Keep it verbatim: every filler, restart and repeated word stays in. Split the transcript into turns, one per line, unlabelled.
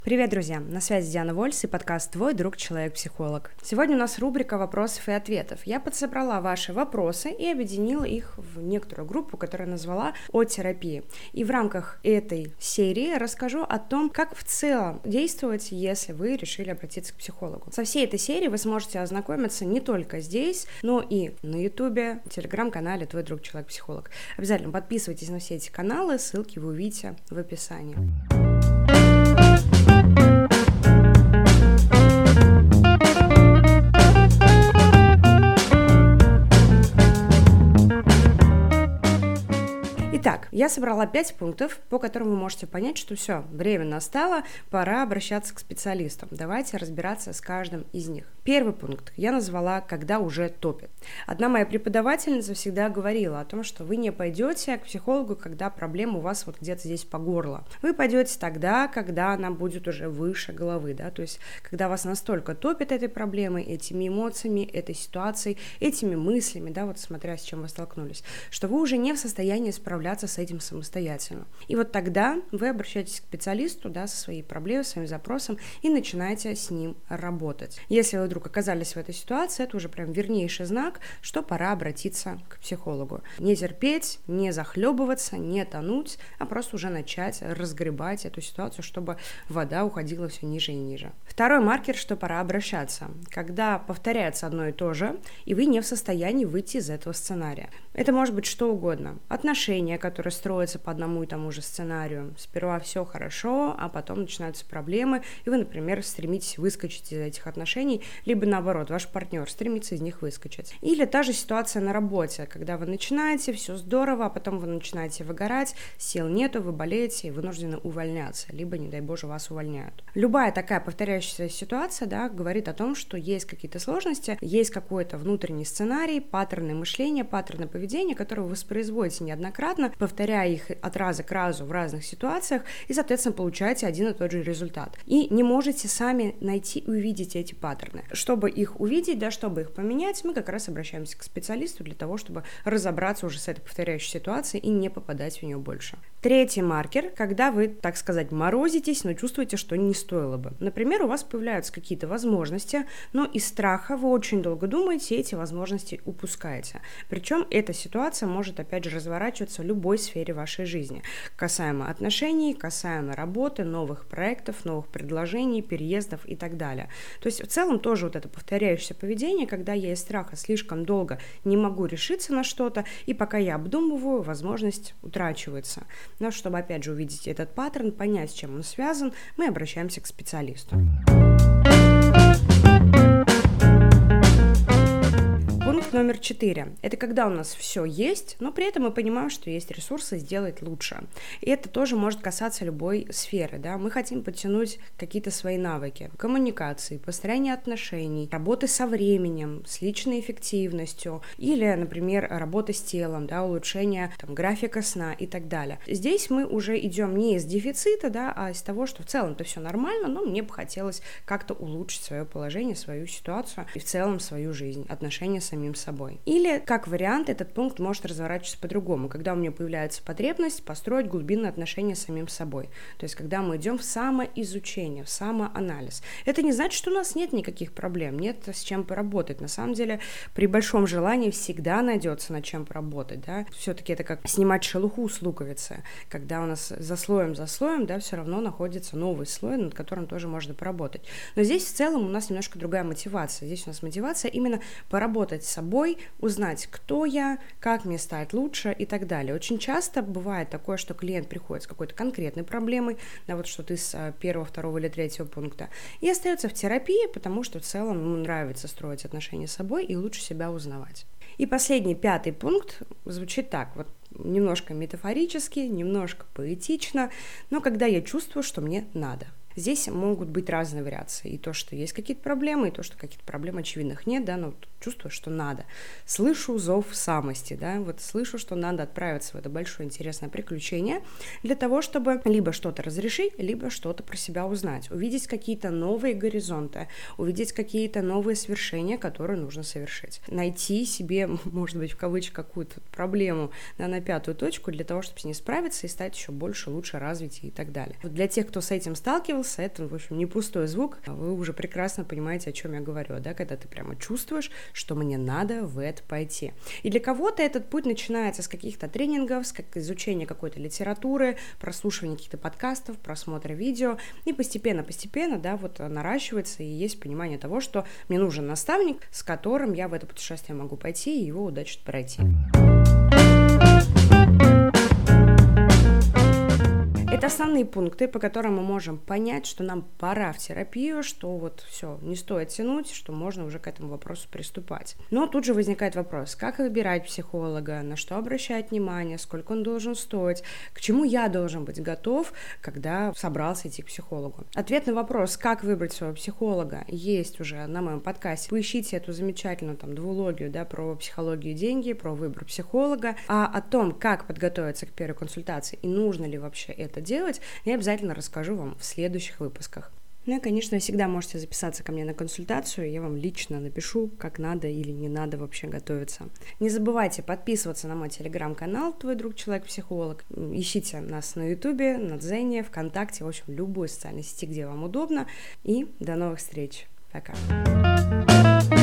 Привет, друзья! На связи Диана Вольс и подкаст «Твой друг Человек-психолог». Сегодня у нас рубрика вопросов и ответов. Я подсобрала ваши вопросы и объединила их в некоторую группу, которую назвала «О терапии». И в рамках этой серии расскажу о том, как в целом действовать, если вы решили обратиться к психологу. Со всей этой серии вы сможете ознакомиться не только здесь, но и на Ютубе, в Телеграм-канале «Твой друг Человек-психолог». Обязательно подписывайтесь на все эти каналы, ссылки вы увидите в описании. Итак, я собрала пять пунктов, по которым вы можете понять, что все, время настало, пора обращаться к специалисту. Давайте разбираться с каждым из них. Первый пункт я назвала «когда уже топит». Одна моя преподавательница всегда говорила о том, что вы не пойдете к психологу, когда проблема у вас вот где-то здесь по горло. Вы пойдете тогда, когда она будет уже выше головы, да, то есть когда вас настолько топит этой проблемой, этими эмоциями, этой ситуацией, этими мыслями, да, вот смотря с чем вы столкнулись, что вы уже не в состоянии справляться с этим самостоятельно. И вот тогда вы обращаетесь к специалисту, да, со своей проблемой, своим запросом и начинаете с ним работать. Если вы вдруг оказались в этой ситуации, это уже прям вернейший знак, что пора обратиться к психологу. Не терпеть, не захлебываться, не тонуть, а просто уже начать разгребать эту ситуацию, чтобы вода уходила все ниже и ниже. Второй маркер, что пора обращаться. Когда повторяется одно и то же, и вы не в состоянии выйти из этого сценария. Это может быть что угодно. Отношения, которые строятся по одному и тому же сценарию. Сперва все хорошо, а потом начинаются проблемы, и вы, например, стремитесь выскочить из этих отношений, либо наоборот, ваш партнер стремится из них выскочить. Или та же ситуация на работе, когда вы начинаете, все здорово, а потом вы начинаете выгорать, сил нету, вы болеете и вынуждены увольняться, либо, не дай боже, вас увольняют. Любая такая повторяющаяся ситуация, да, говорит о том, что есть какие-то сложности, есть какой-то внутренний сценарий, паттерны мышления, паттерны поведения, которые вы воспроизводите неоднократно, повторяя их от раза к разу в разных ситуациях, и, соответственно, получаете один и тот же результат. И не можете сами найти и увидеть эти паттерны. Чтобы их увидеть, да, чтобы их поменять, мы как раз обращаемся к специалисту для того, чтобы разобраться уже с этой повторяющей ситуацией и не попадать в нее больше. Третий маркер, когда вы, так сказать, морозитесь, но чувствуете, что не стоило бы. Например, у вас появляются какие-то возможности, но из страха вы очень долго думаете и эти возможности упускаете. Причем эта ситуация может, опять же, разворачиваться в любой сфере вашей жизни. Касаемо отношений, касаемо работы, новых проектов, новых предложений, переездов и так далее. То есть в целом тоже вот это повторяющееся поведение, когда я из страха слишком долго не могу решиться на что-то, и пока я обдумываю, возможность утрачивается. Но чтобы, опять же, увидеть этот паттерн, понять, с чем он связан, мы обращаемся к специалисту. Пункт номер четыре. Это когда у нас все есть, но при этом мы понимаем, что есть ресурсы сделать лучше. И это тоже может касаться любой сферы. Да? Мы хотим подтянуть какие-то свои навыки коммуникации, построения отношений, работы со временем, с личной эффективностью или, например, работы с телом, да, улучшение там, графика сна и так далее. Здесь мы уже идем не из дефицита, да, а из того, что в целом-то все нормально, но мне бы хотелось как-то улучшить свое положение, свою ситуацию и в целом свою жизнь, отношения с самим собой. Или, как вариант, этот пункт может разворачиваться по-другому, когда у меня появляется потребность построить глубинные отношения с самим собой. То есть, когда мы идем в самоизучение, в самоанализ. Это не значит, что у нас нет никаких проблем, нет с чем поработать. На самом деле, при большом желании всегда найдется над чем поработать. Да? Все-таки это как снимать шелуху с луковицы, когда у нас за слоем за слоем, да, все равно находится новый слой, над которым тоже можно поработать. Но здесь в целом у нас немножко другая мотивация. Здесь у нас мотивация именно поработать с собой, узнать, кто я, как мне стать лучше и так далее. Очень часто бывает такое, что клиент приходит с какой-то конкретной проблемой, да, вот что-то из первого, второго или третьего пункта, и остается в терапии, потому что в целом ему нравится строить отношения с собой и лучше себя узнавать. И последний, пятый пункт звучит так, вот немножко метафорически, немножко поэтично, но когда я чувствую, что мне надо. Здесь могут быть разные вариации. И то, что есть какие-то проблемы, и то, что каких-то проблем очевидных нет, да, но чувствую, что надо. Слышу зов самости, да, вот слышу, что надо отправиться в это большое интересное приключение для того, чтобы либо что-то разрешить, либо что-то про себя узнать, увидеть какие-то новые горизонты, увидеть какие-то новые свершения, которые нужно совершить. Найти себе, может быть, в кавычках, какую-то проблему, да, на пятую точку для того, чтобы с ней справиться и стать еще больше, лучше, развить и так далее. Вот для тех, кто с этим сталкивался, нахмурился, это, в общем, не пустой звук. Вы уже прекрасно понимаете, о чем я говорю, да, когда ты прямо чувствуешь, что мне надо в это пойти. И для кого-то этот путь начинается с каких-то тренингов, с изучения какой-то литературы, прослушивания каких-то подкастов, просмотра видео, и постепенно-постепенно, да, вот наращивается, и есть понимание того, что мне нужен наставник, с которым я в это путешествие могу пойти и его удачно пройти. Это основные пункты, по которым мы можем понять, что нам пора в терапию, что вот все, не стоит тянуть, что можно уже к этому вопросу приступать. Но тут же возникает вопрос, как выбирать психолога, на что обращать внимание, сколько он должен стоить, к чему я должен быть готов, когда собрался идти к психологу. Ответ на вопрос, как выбрать своего психолога, есть уже на моем подкасте. Поищите эту замечательную там двулогию, да, про психологию и деньги, про выбор психолога, а о том, как подготовиться к первой консультации и нужно ли вообще это делать, я обязательно расскажу вам в следующих выпусках. Ну и, конечно, вы всегда можете записаться ко мне на консультацию, я вам лично напишу, как надо или не надо вообще готовиться. Не забывайте подписываться на мой телеграм-канал «Твой друг человек-психолог». Ищите нас на ютубе, на Дзене, ВКонтакте, в общем, любой социальной сети, где вам удобно. И до новых встреч. Пока.